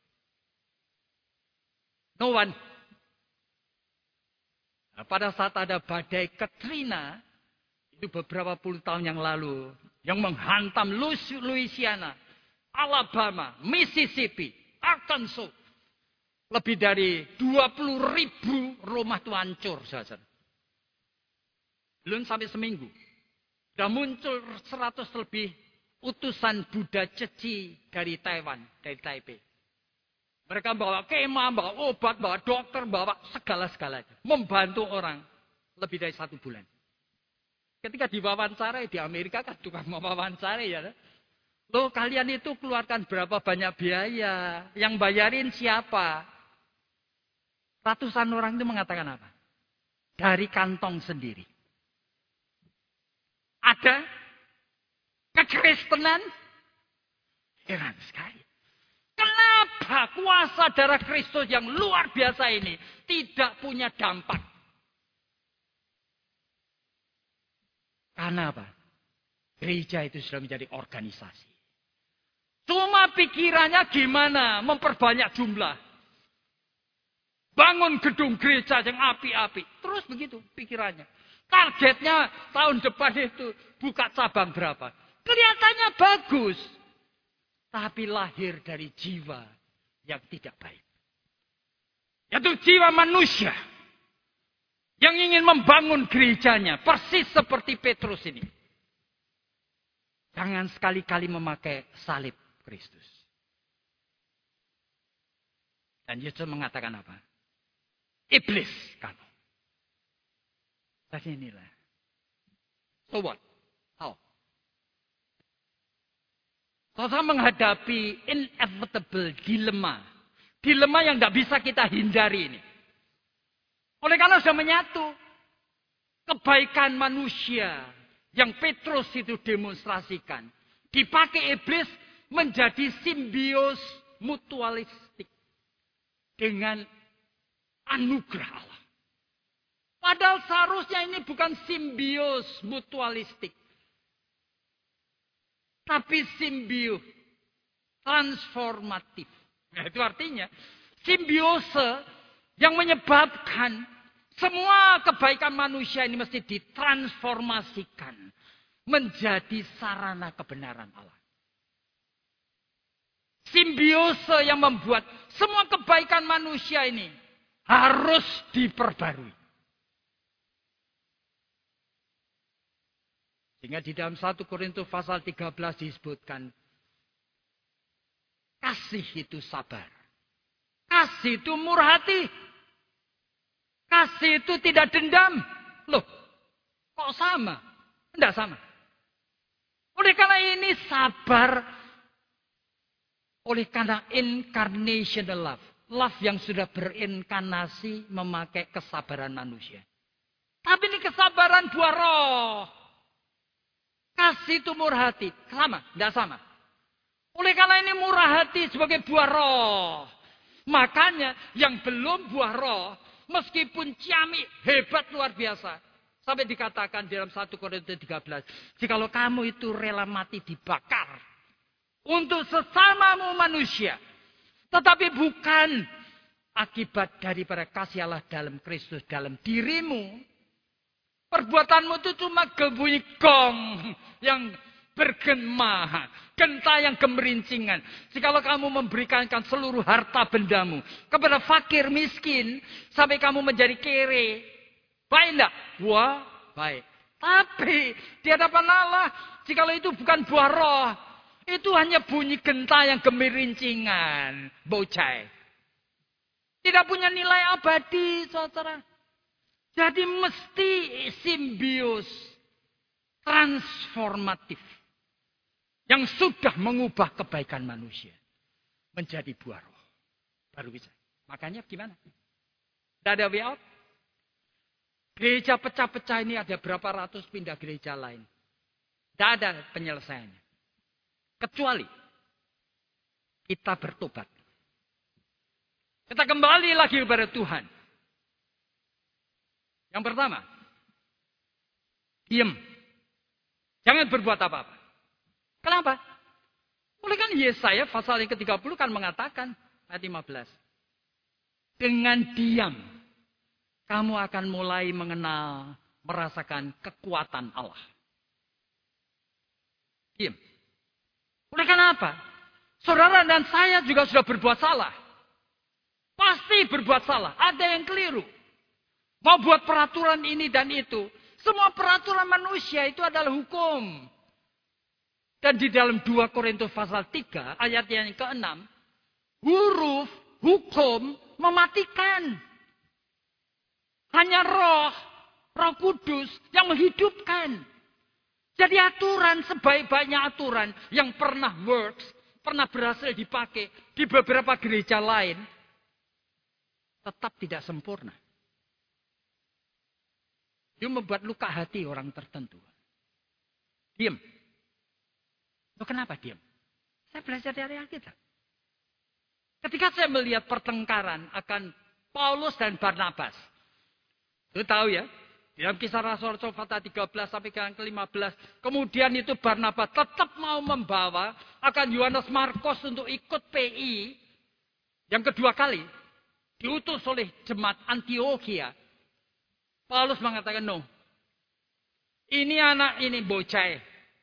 No one. Nah, pada saat ada badai Katrina. Itu beberapa puluh tahun yang lalu. Yang menghantam Louisiana. Alabama, Mississippi, Arkansas. Lebih dari dua puluh ribu rumah itu hancur. Saudara. Belum sampai seminggu. Sudah muncul seratus lebih utusan Buddha ceci dari Taiwan, dari Taipei. Mereka bawa kemah, bawa obat, bawa dokter, bawa segala-segalanya. Membantu orang lebih dari satu bulan. Ketika diwawancara di Amerika kan tukang mewawancara ya. Loh kalian itu keluarkan berapa banyak biaya? Yang bayarin siapa? Ratusan orang itu mengatakan apa? Dari kantong sendiri. Ada kekristenan? Heran sekali. Kenapa kuasa darah Kristus yang luar biasa ini tidak punya dampak? Karena apa? Gereja itu sudah menjadi organisasi. Cuma pikirannya gimana memperbanyak jumlah. Bangun gedung gereja yang api-api. Terus begitu pikirannya. Targetnya tahun depan itu buka cabang berapa. Kelihatannya bagus. Tapi lahir dari jiwa yang tidak baik. Yaitu jiwa manusia. Yang ingin membangun gerejanya. Persis seperti Petrus ini. Jangan sekali-kali memakai salib Kristus. Dan Yesus mengatakan apa? Iblis kamu. Tapi inilah. So what? How? Saudara menghadapi inevitable dilema. Dilema yang tidak bisa kita hindari ini. Oleh karena sudah menyatu. Kebaikan manusia yang Petrus itu demonstrasikan. Dipakai iblis menjadi simbios mutualistik. Dengan anugerah Allah. Padahal seharusnya ini bukan simbios mutualistik. Tapi simbios transformatif. Nah, itu artinya simbiose yang menyebabkan semua kebaikan manusia ini mesti ditransformasikan menjadi sarana kebenaran Allah. Simbiose yang membuat semua kebaikan manusia ini harus diperbarui. Sehingga di dalam satu Korintus pasal tiga belas disebutkan. Kasih itu sabar. Kasih itu murah hati. Kasih itu tidak dendam. Loh, kok sama? Tidak sama. Oleh karena ini sabar. Oleh karena incarnational love. Love yang sudah berinkarnasi memakai kesabaran manusia. Tapi ini kesabaran buah roh. Kasih itu murah hati. Sama? Tidak sama. Oleh karena ini murah hati sebagai buah roh. Makanya yang belum buah roh, meskipun ciamik, hebat luar biasa. Sampai dikatakan dalam satu Korintus tiga belas. Jikalau kamu itu rela mati dibakar. Untuk sesamamu manusia. Tetapi bukan akibat daripada kasih Allah dalam Kristus dalam dirimu. Perbuatanmu itu cuma gebunyi gong yang bergema. Genta yang gemerincingan. Jikalau kamu memberikan seluruh harta bendamu kepada fakir miskin. Sampai kamu menjadi kere. Baik enggak? Wah, baik. Tapi di hadapan Allah. Jikalau itu bukan buah roh. Itu hanya bunyi genta yang gemerincingan. Bocai. Tidak punya nilai abadi, saudara. Jadi mesti simbios. Transformatif. Yang sudah mengubah kebaikan manusia. Menjadi buah roh. Baru bisa. Makanya gimana? Tidak ada way out. Gereja pecah-pecah ini ada berapa ratus pindah gereja lain. Tidak ada penyelesaiannya. Kecuali kita bertobat. Kita kembali lagi kepada Tuhan. Yang pertama, diam. Jangan berbuat apa-apa. Kenapa? Oleh kan Yesaya pasal yang ke tiga puluh kan mengatakan, ayat lima belas. Dengan diam, kamu akan mulai mengenal, merasakan kekuatan Allah. Diam. Oleh karena apa? Saudara dan saya juga sudah berbuat salah. Pasti berbuat salah. Ada yang keliru. Mau buat peraturan ini dan itu. Semua peraturan manusia itu adalah hukum. Dan di dalam dua Korintus pasal tiga ayat yang keenam. Huruf hukum mematikan. Hanya roh, roh kudus yang menghidupkan. Jadi aturan sebaik-baiknya aturan yang pernah works. Pernah berhasil dipakai di beberapa gereja lain. Tetap tidak sempurna. Dia membuat luka hati orang tertentu. Diam. Loh, kenapa diam? Saya belajar dari Alkitab. Ketika saya melihat pertengkaran akan Paulus dan Barnabas. Lu tahu ya. Dalam kisah Rasul-Rasul pasal tiga belas sampai ke lima belas. Kemudian itu Barnabas tetap mau membawa akan Yohanes Markus untuk ikut P I. Yang kedua kali. Diutus oleh jemaat Antioquia. Paulus mengatakan, no. Ini anak ini bocah.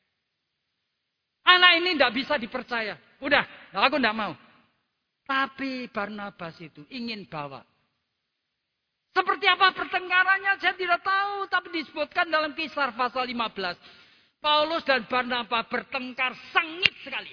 Anak ini tidak bisa dipercaya. Udah, aku tidak mau. Tapi Barnabas itu ingin bawa. Seperti apa pertengkarannya saya tidak tahu. Tapi disebutkan dalam kisah pasal lima belas. Paulus dan Barnabas bertengkar sengit sekali.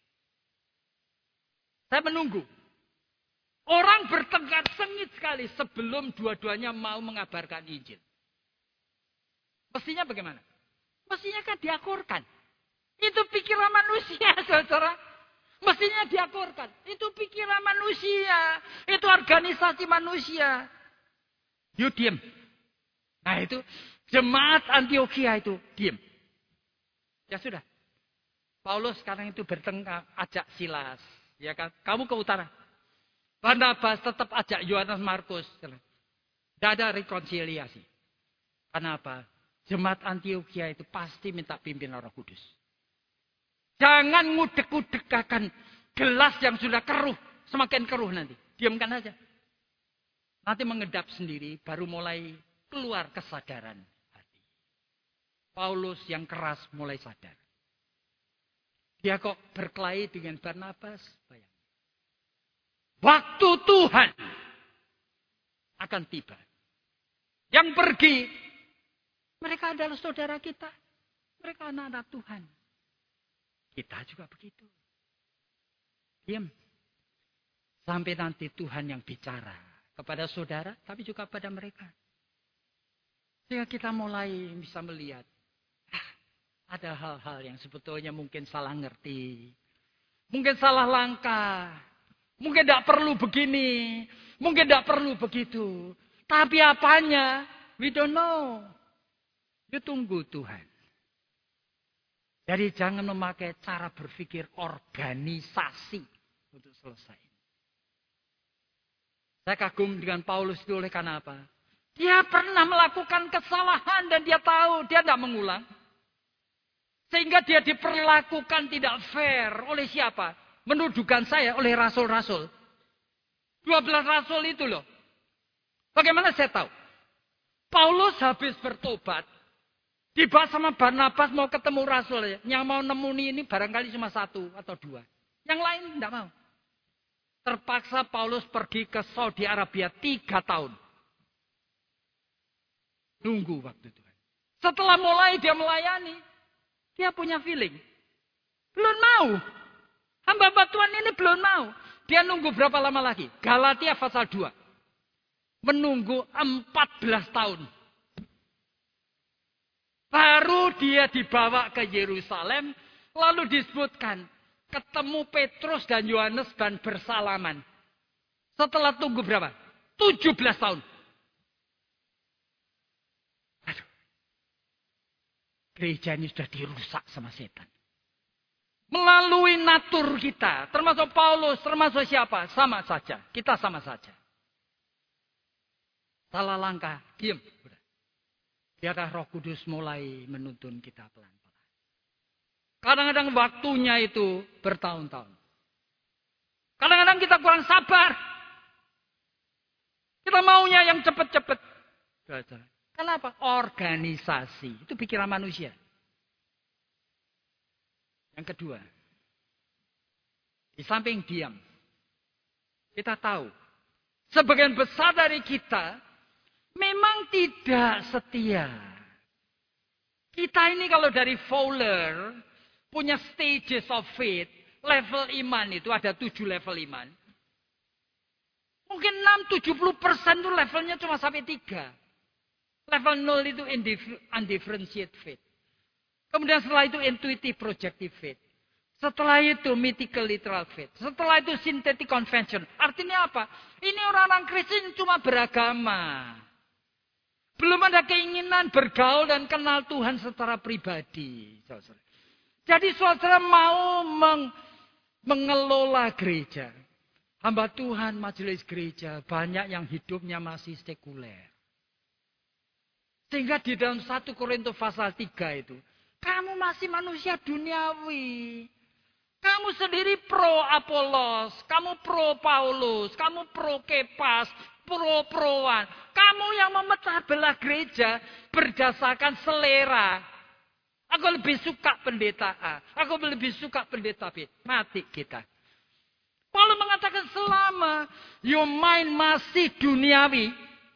Saya menunggu. Orang bertengkar sengit sekali sebelum dua-duanya mau mengabarkan Injil. Mestinya bagaimana? Mestinya kan diakurkan. Itu pikiran manusia, saudara. Mestinya diakurkan. Itu pikiran manusia. Itu organisasi manusia. Yuk diam. Nah itu jemaat Antioquia itu diam. Ya sudah. Paulus sekarang itu bertengkar, ajak Silas. Ya kan? Kamu ke utara. Barnabas tetap ajak Yohanes Markus. Tidak ada rekonsiliasi. Kenapa? Jemaat Antioquia itu pasti minta pimpinan Roh Kudus. Jangan ngudek-ngudekakan gelas yang sudah keruh. Semakin keruh nanti. Diamkan aja. Nanti mengedap sendiri. Baru mulai keluar kesadaran hati. Paulus yang keras mulai sadar. Dia kok berkelahi dengan Barnabas. Bayang. Waktu Tuhan akan tiba. Yang pergi, mereka adalah saudara kita. Mereka anak-anak Tuhan. Kita juga begitu. Diam. Sampai nanti Tuhan yang bicara kepada saudara, tapi juga pada mereka. Sehingga kita mulai bisa melihat. Ah, ada hal-hal yang sebetulnya mungkin salah ngerti. Mungkin salah langkah. Mungkin tidak perlu begini. Mungkin tidak perlu begitu. Tapi apanya? We don't know. You tunggu Tuhan. Jadi jangan memakai cara berpikir organisasi untuk selesai. Saya kagum dengan Paulus itu oleh karena apa? Dia pernah melakukan kesalahan dan dia tahu dia tidak mengulang. Sehingga dia diperlakukan tidak fair oleh siapa? Menuduhkan saya oleh rasul-rasul. dua belas rasul itu loh. Bagaimana saya tahu? Paulus habis bertobat. Dibahas sama Barnabas mau ketemu rasul. Yang mau nemuni ini barangkali cuma satu atau dua. Yang lain tidak mau. Terpaksa Paulus pergi ke Saudi Arabia tiga tahun. Nunggu waktu Tuhan. Setelah mulai dia melayani. Dia punya feeling. Belum mau. Hamba-hamba Tuhan ini belum mau. Dia nunggu berapa lama lagi? Galatia pasal dua. Menunggu empat belas tahun. Baru dia dibawa ke Yerusalem. Lalu disebutkan. Ketemu Petrus dan Yohanes dan bersalaman. Setelah tunggu berapa? tujuh belas tahun. Aduh. Gereja ini sudah dirusak sama setan. Melalui natur kita. Termasuk Paulus. Termasuk siapa? Sama saja. Kita sama saja. Salah langkah. Diam. Biarlah Roh Kudus mulai menuntun kita pelan-pelan. Kadang-kadang waktunya itu bertahun-tahun. Kadang-kadang kita kurang sabar. Kita maunya yang cepat-cepat. Kenapa? Organisasi. Itu pikiran manusia. Yang kedua. Di samping diam. Kita tahu. Sebagian besar dari kita. Memang tidak setia. Kita ini kalau dari Fowler. Punya stages of faith. Level iman itu ada tujuh level iman. Mungkin enam sampai tujuh puluh persen itu levelnya cuma sampai tiga. Level nol itu undifferentiated faith. Kemudian setelah itu intuitive projective faith. Setelah itu mythical literal faith. Setelah itu synthetic convention. Artinya apa? Ini orang-orang Kristen cuma beragama. Belum ada keinginan bergaul dan kenal Tuhan secara pribadi. Jadi saudara mau meng, mengelola gereja. Hamba Tuhan, majelis gereja. Banyak yang hidupnya masih sekuler. Sehingga di dalam satu Korintus pasal tiga itu. Kamu masih manusia duniawi. Kamu sendiri pro Apolos. Kamu pro Paulus. Kamu pro Kepas. Pro-proan. Kamu yang memecah belah gereja berdasarkan selera. Aku lebih suka pendeta A. Aku lebih suka pendeta B. Mati kita. Paulus mengatakan selama your mind masih duniawi.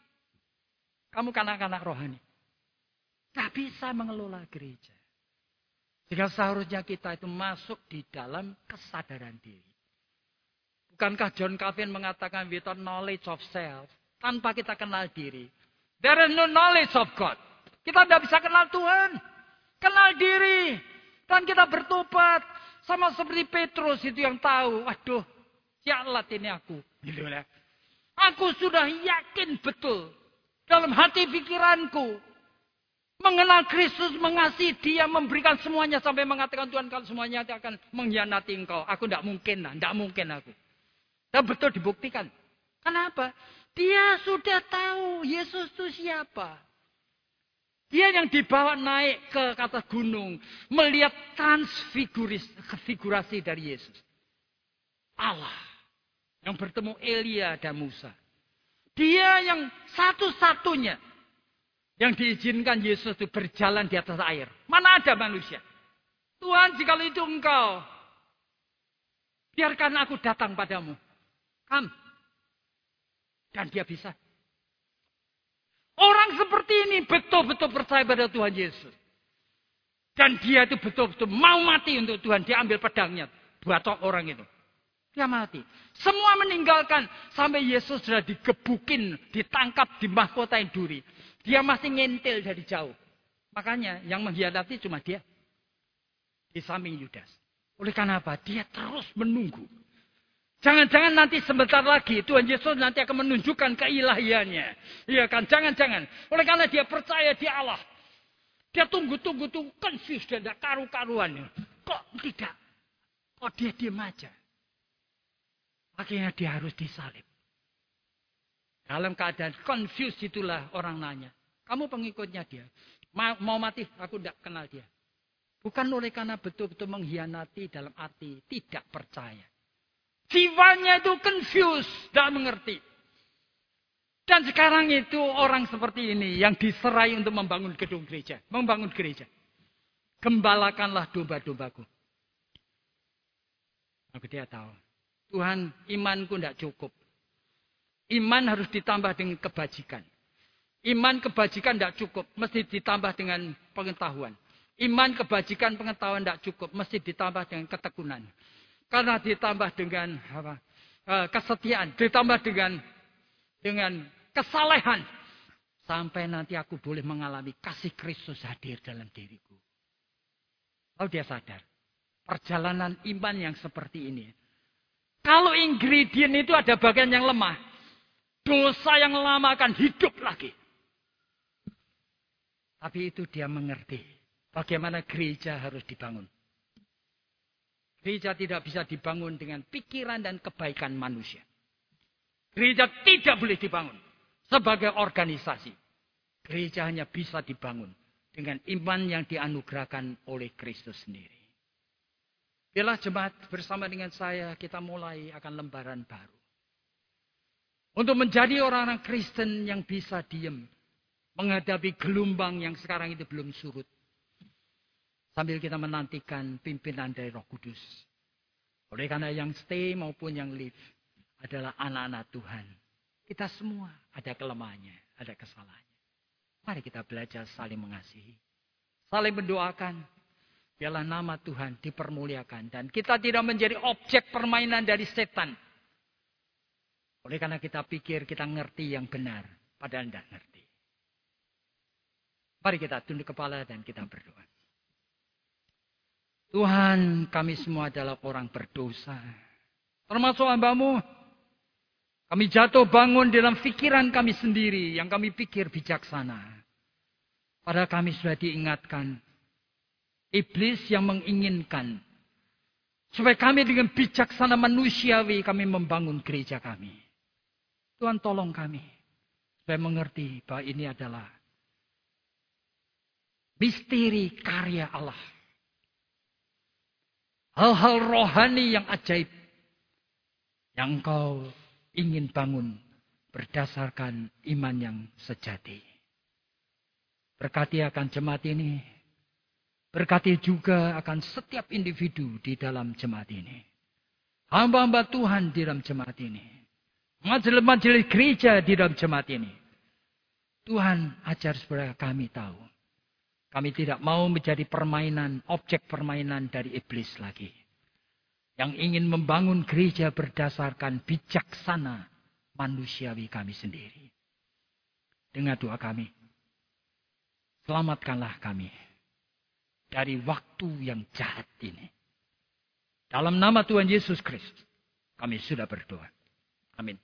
Kamu kanak-kanak rohani. Tak bisa mengelola gereja. Sehingga seharusnya kita itu masuk di dalam kesadaran diri. Bukankah John Calvin mengatakan without knowledge of self. Tanpa kita kenal diri. There is no knowledge of God. Kita tidak bisa kenal Tuhan. Kenal diri. Dan kita bertobat. Sama seperti Petrus itu yang tahu. Waduh. Sialat ini aku. Aku sudah yakin betul. Dalam hati pikiranku. Mengenal Kristus, mengasihi dia, memberikan semuanya. Sampai mengatakan Tuhan kalau semuanya akan mengkhianati engkau. Aku tidak mungkin. Tidak mungkin aku. Dan betul dibuktikan. Kenapa? Dia sudah tahu Yesus itu siapa. Dia yang dibawa naik ke atas gunung. Melihat transfigurasi dari Yesus. Allah. Yang bertemu Elia dan Musa. Dia yang satu-satunya. Yang diizinkan Yesus itu berjalan di atas air. Mana ada manusia. Tuhan jikalau itu engkau. Biarkan aku datang padamu. Come. Dan dia bisa. Orang seperti ini betul-betul percaya pada Tuhan Yesus. Dan dia itu betul-betul mau mati untuk Tuhan. Dia ambil pedangnya. Batok orang itu. Dia mati. Semua meninggalkan. Sampai Yesus sudah digebukin. Ditangkap, dimahkotain duri. Dia masih nyentil dari jauh. Makanya yang mengkhianati cuma dia. Di samping Yudas. Oleh karena apa? Dia terus menunggu. Jangan-jangan nanti sebentar lagi Tuhan Yesus nanti akan menunjukkan keilahiannya. Iya kan? Jangan-jangan. Oleh karena dia percaya di Allah. Dia tunggu-tunggu tuh confused dan tidak karu-karuan. Kok tidak? Kok dia diam aja? Akhirnya dia harus disalib. Dalam keadaan confused itulah orang nanya. Kamu pengikutnya dia. Mau mati? Aku tidak kenal dia. Bukan oleh karena betul-betul mengkhianati dalam arti tidak percaya. Jiwanya itu confused, tidak mengerti. Dan sekarang itu orang seperti ini yang diserai untuk membangun gedung gereja. Membangun gereja. Gembalakanlah domba-dombaku. Aku dia tahu. Tuhan, imanku tidak cukup. Iman harus ditambah dengan kebajikan. Iman kebajikan tidak cukup. Mesti ditambah dengan pengetahuan. Iman kebajikan pengetahuan tidak cukup. Mesti ditambah dengan ketekunan. Karena ditambah dengan apa, kesetiaan. Ditambah dengan dengan kesalehan. Sampai nanti aku boleh mengalami kasih Kristus hadir dalam diriku. Lalu dia sadar. Perjalanan iman yang seperti ini. Kalau ingredient itu ada bagian yang lemah. Dosa yang lama akan hidup lagi. Tapi itu dia mengerti. Bagaimana gereja harus dibangun. Gereja tidak bisa dibangun dengan pikiran dan kebaikan manusia. Gereja tidak boleh dibangun sebagai organisasi. Gereja hanya bisa dibangun dengan iman yang dianugerahkan oleh Kristus sendiri. Biarlah jemaat bersama dengan saya kita mulai akan lembaran baru. Untuk menjadi orang-orang Kristen yang bisa diam. Menghadapi gelombang yang sekarang itu belum surut. Sambil kita menantikan pimpinan dari Roh Kudus. Oleh karena yang stay maupun yang leave adalah anak-anak Tuhan. Kita semua ada kelemahannya, ada kesalahannya. Mari kita belajar saling mengasihi. Saling mendoakan. Biarlah nama Tuhan dipermuliakan. Dan kita tidak menjadi objek permainan dari setan. Oleh karena kita pikir kita ngerti yang benar. Padahal tidak ngerti. Mari kita tunduk kepala dan kita berdoa. Tuhan, kami semua adalah orang berdosa. Termasuk hamba-Mu. Kami jatuh bangun dalam pikiran kami sendiri yang kami pikir bijaksana. Padahal kami sudah diingatkan. Iblis yang menginginkan. Supaya kami dengan bijaksana manusiawi kami membangun gereja kami. Tuhan tolong kami. Supaya mengerti bahwa ini adalah misteri karya Allah. Hal-hal rohani yang ajaib. Yang Engkau ingin bangun berdasarkan iman yang sejati. Berkati akan jemaat ini. Berkati juga akan setiap individu di dalam jemaat ini. Hamba-hamba Tuhan di dalam jemaat ini. Majelis-majelis gereja di dalam jemaat ini. Tuhan ajar supaya kami tahu. Kami tidak mau menjadi permainan, objek permainan dari iblis lagi. Yang ingin membangun gereja berdasarkan bijaksana manusiawi kami sendiri. Dengar doa kami. Selamatkanlah kami dari waktu yang jahat ini. Dalam nama Tuhan Yesus Kristus, kami sudah berdoa. Amin.